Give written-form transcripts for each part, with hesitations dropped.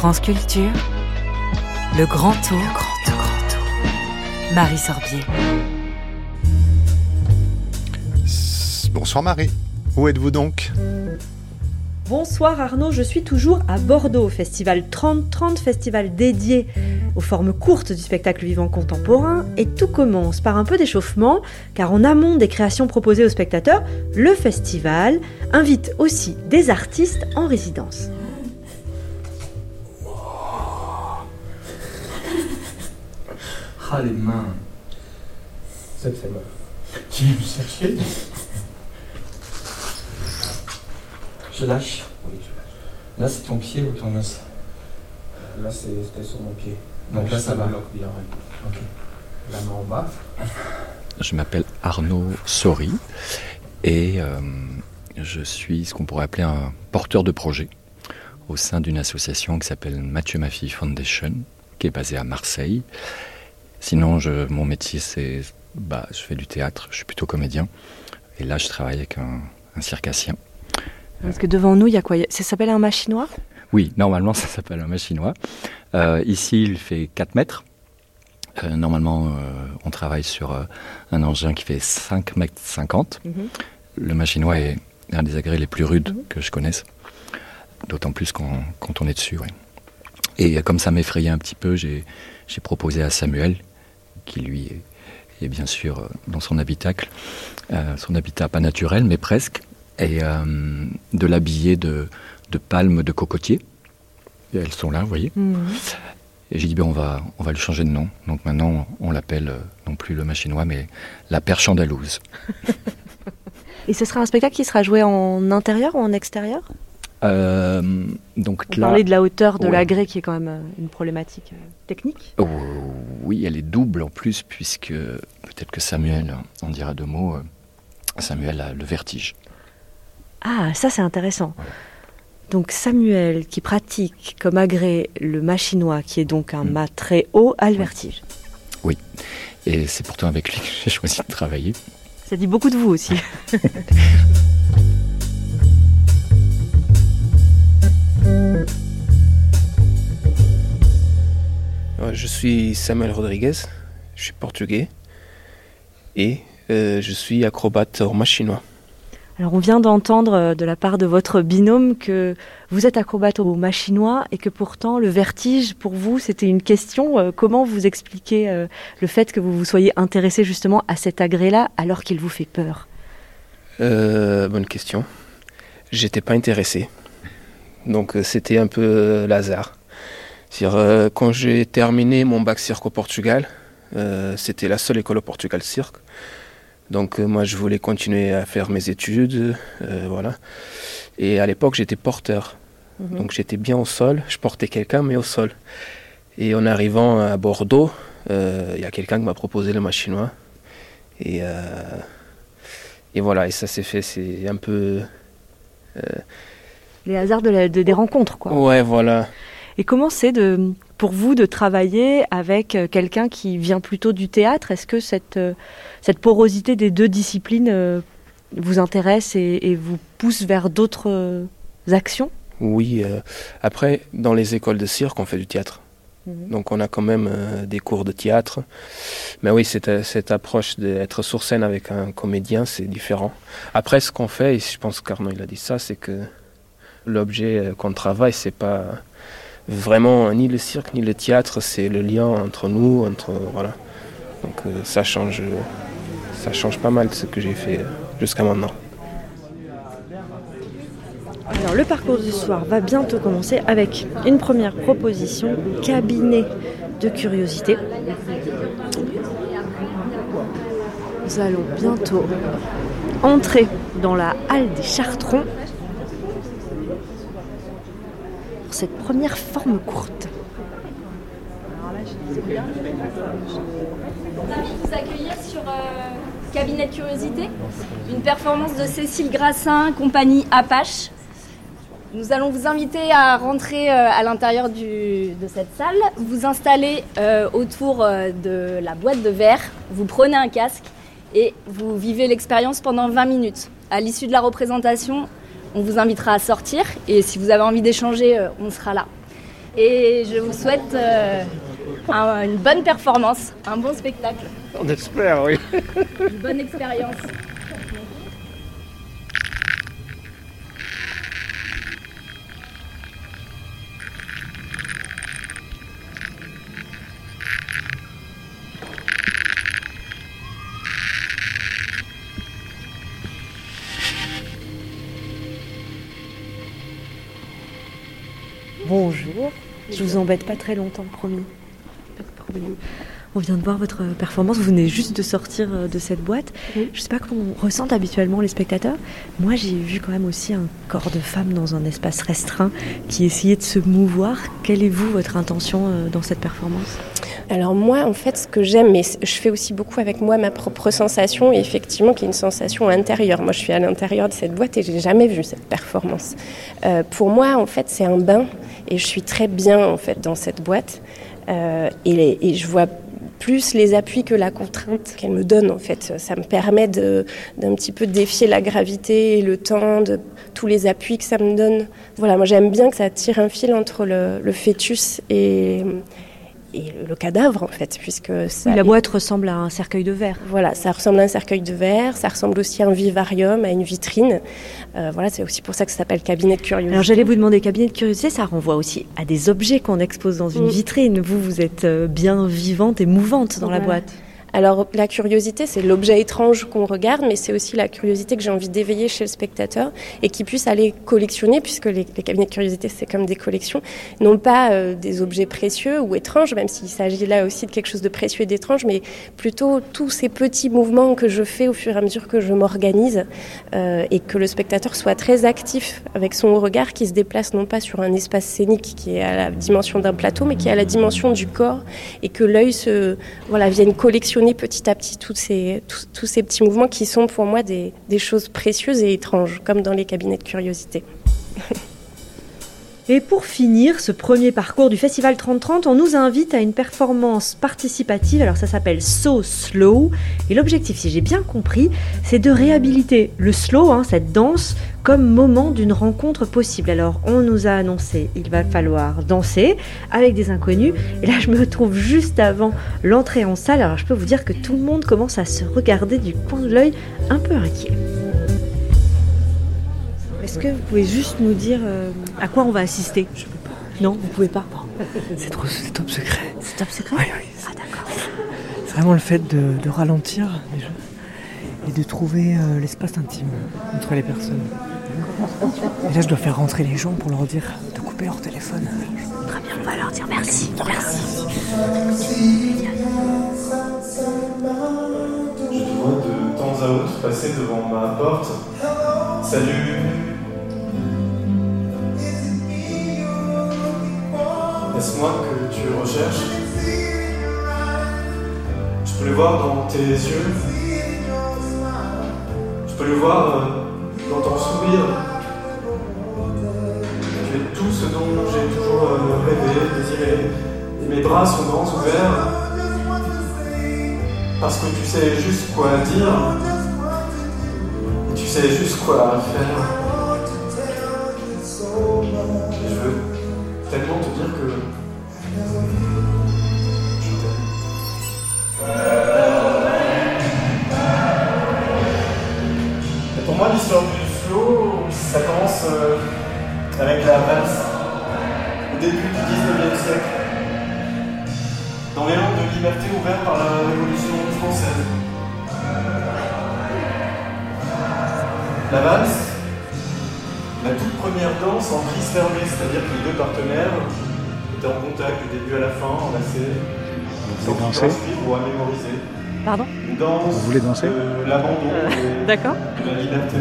France Culture, le grand tour, Marie Sorbier. Bonsoir Marie, où êtes-vous donc ? Bonsoir Arnaud, je suis toujours à Bordeaux, festival 30-30, festival dédié aux formes courtes du spectacle vivant contemporain. Et tout commence par un peu d'échauffement, car en amont des créations proposées aux spectateurs, le festival invite aussi des artistes en résidence. Ah les mains. Ça te fait mal. Tu viens me chercher ? Je lâche. Oui, je lâche. Là, c'est ton pied ou ton os ? Là, c'était sur mon pied. Donc là, ça va. Bloque bien, ouais. Ok. La main en bas. Je m'appelle Arnaud Sori et je suis ce qu'on pourrait appeler un porteur de projet au sein d'une association qui s'appelle Mathieu Maffie Foundation, qui est basée à Marseille. Sinon, mon métier, c'est... je fais du théâtre, je suis plutôt comédien. Et là, je travaille avec un circassien. Parce que devant nous, il y a quoi ? Ça s'appelle un machinois ? Oui, normalement, ça s'appelle un machinois. Ici, il fait 4 mètres. Normalement, on travaille sur un engin qui fait 5,50 mètres. Le machinois est un des agrès les plus rudes que je connaisse. D'autant plus quand on est dessus. Ouais. Et comme ça m'effrayait un petit peu, j'ai proposé à Samuel, qui lui est bien sûr dans son habitacle, son habitat pas naturel, mais presque, et de l'habiller de palmes de cocotier. Et elles sont là, vous voyez. Et j'ai dit, on va lui changer de nom. Donc maintenant, on l'appelle non plus le machinois, mais la perche andalouse. Et ce sera un spectacle qui sera joué en intérieur ou en extérieur ? Donc on parlait de la hauteur de ouais. l'agrès qui est quand même une problématique technique. Oui, elle est double en plus, puisque peut-être que Samuel en dira 2 mots. Samuel a le vertige. Ah, ça c'est intéressant. Ouais. Donc Samuel, qui pratique comme agrès le machinois, qui est donc un mât très haut, a le vertige. Oui, et c'est pourtant avec lui que j'ai choisi de travailler. Ça dit beaucoup de vous aussi. Je suis Samuel Rodriguez, je suis portugais et je suis acrobate au machinois. Alors on vient d'entendre de la part de votre binôme que vous êtes acrobate au machinois et que pourtant le vertige pour vous c'était une question. Comment vous expliquez le fait que vous vous soyez intéressé justement à cet agrès-là alors qu'il vous fait peur ? Bonne question. J'étais pas intéressé, donc c'était un peu l'hasard. C'est-à-dire, quand j'ai terminé mon bac cirque au Portugal, c'était la seule école au Portugal cirque. Donc moi je voulais continuer à faire mes études, voilà. Et à l'époque j'étais porteur, donc j'étais bien au sol, je portais quelqu'un mais au sol. Et en arrivant à Bordeaux, il y a quelqu'un qui m'a proposé le machinois. Et voilà, et ça s'est fait, c'est un peu... Les hasards des rencontres, quoi. Ouais, voilà. Et comment c'est pour vous de travailler avec quelqu'un qui vient plutôt du théâtre ? Est-ce que cette porosité des 2 disciplines vous intéresse et vous pousse vers d'autres actions ? Oui, après, dans les écoles de cirque, on fait du théâtre. Donc on a quand même des cours de théâtre. Mais oui, cette approche d'être sur scène avec un comédien, c'est différent. Après, ce qu'on fait, et je pense qu'Arnaud il a dit ça, c'est que l'objet qu'on travaille, c'est pas... Vraiment, ni le cirque ni le théâtre, c'est le lien entre nous, voilà. Donc ça change pas mal de ce que j'ai fait jusqu'à maintenant. Alors le parcours du soir va bientôt commencer avec une première proposition, cabinet de curiosité. Nous allons bientôt entrer dans la halle des Chartrons. Cette première forme courte. Je vais vous accueillir sur Cabinet de Curiosité, une performance de Cécile Grassin, compagnie Apache. Nous allons vous inviter à rentrer à l'intérieur de cette salle, vous installer autour de la boîte de verre, vous prenez un casque et vous vivez l'expérience pendant 20 minutes. À l'issue de la représentation, on vous invitera à sortir et si vous avez envie d'échanger, on sera là. Et je vous souhaite une bonne performance, un bon spectacle. On espère, oui. Une bonne expérience. Bonjour, je vous embête pas très longtemps, promis. Pas de problème. On vient de voir votre performance, vous venez juste de sortir de cette boîte. Oui. Je sais pas comment ressentent habituellement les spectateurs. Moi, j'ai vu quand même aussi un corps de femme dans un espace restreint qui essayait de se mouvoir. Quelle est votre intention dans cette performance ? Alors moi, en fait, ce que j'aime, mais je fais aussi beaucoup avec moi ma propre sensation, et effectivement, qui est une sensation intérieure. Moi, je suis à l'intérieur de cette boîte et j'ai jamais vu cette performance. Pour moi, en fait, c'est un bain, et je suis très bien, en fait, dans cette boîte. Et je vois plus les appuis que la contrainte qu'elle me donne, en fait. Ça me permet d'un petit peu défier la gravité et le temps, de tous les appuis que ça me donne. Voilà, moi, j'aime bien que ça tire un fil entre le fœtus et le cadavre, en fait, puisque ça... La boîte ressemble à un cercueil de verre. Voilà, ça ressemble à un cercueil de verre, ça ressemble aussi à un vivarium, à une vitrine. Voilà, c'est aussi pour ça que ça s'appelle cabinet de curiosité. Alors j'allais vous demander, cabinet de curiosité, ça renvoie aussi à des objets qu'on expose dans une vitrine. Vous êtes bien vivante et mouvante dans la boîte. Alors la curiosité, c'est l'objet étrange qu'on regarde, mais c'est aussi la curiosité que j'ai envie d'éveiller chez le spectateur et qu'il puisse aller collectionner, puisque les cabinets de curiosité, c'est comme des collections, non pas des objets précieux ou étranges, même s'il s'agit là aussi de quelque chose de précieux et d'étrange, mais plutôt tous ces petits mouvements que je fais au fur et à mesure que je m'organise et que le spectateur soit très actif avec son regard qui se déplace non pas sur un espace scénique qui est à la dimension d'un plateau, mais qui est à la dimension du corps, et que l'œil vienne collectionner petit à petit tous ces petits mouvements qui sont pour moi des choses précieuses et étranges, comme dans les cabinets de curiosité. Et pour finir ce premier parcours du Festival 3030, on nous invite à une performance participative. Alors ça s'appelle So Slow. Et l'objectif, si j'ai bien compris, c'est de réhabiliter le slow, cette danse, comme moment d'une rencontre possible. Alors on nous a annoncé, il va falloir danser avec des inconnus. Et là je me retrouve juste avant l'entrée en salle. Alors je peux vous dire que tout le monde commence à se regarder du coin de l'œil un peu inquiet. Est-ce que vous pouvez juste nous dire à quoi on va assister ? Je peux pas. Non, vous pouvez pas. C'est top secret. C'est top secret ? Oui. Ah d'accord. C'est vraiment le fait de ralentir déjà et de trouver l'espace intime entre les personnes. Et là, je dois faire rentrer les gens pour leur dire de couper leur téléphone. Très bien, on va leur dire merci. Merci. Je te vois de temps à autre passer devant ma porte. Salut. Est-ce moi que tu recherches? Je peux le voir dans tes yeux. Je peux le voir dans ton sourire. Tu es tout ce dont j'ai toujours rêvé, désiré. Et mes bras sont grands ouverts. Parce que tu sais juste quoi dire. Et tu sais juste quoi faire. Et je veux tellement te dire que je t'aime. Et pour moi, l'histoire du slow, ça commence avec la valse, au début du 19e siècle, dans l'élan de liberté ouvert par la Révolution française. La valse, la toute première danse en prise fermée, c'est-à-dire que les deux partenaires étaient en contact du début à la fin, enlacés, sans qu'ils suivre ou à mémoriser. Pardon ? Une danse Vous voulez danser de l'abandon et D'accord. de la liberté.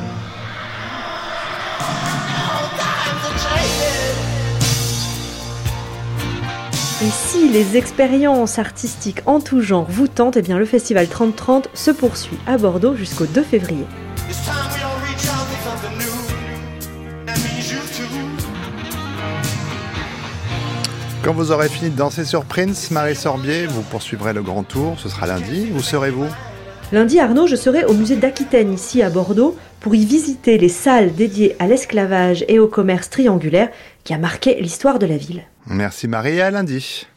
Et si les expériences artistiques en tout genre vous tentent, eh bien le Festival 3030 se poursuit à Bordeaux jusqu'au 2 février. Quand vous aurez fini de danser sur Prince, Marie Sorbier, vous poursuivrez le grand tour. Ce sera lundi. Où serez-vous ? Lundi, Arnaud, je serai au musée d'Aquitaine, ici à Bordeaux, pour y visiter les salles dédiées à l'esclavage et au commerce triangulaire qui a marqué l'histoire de la ville. Merci Marie, et à lundi.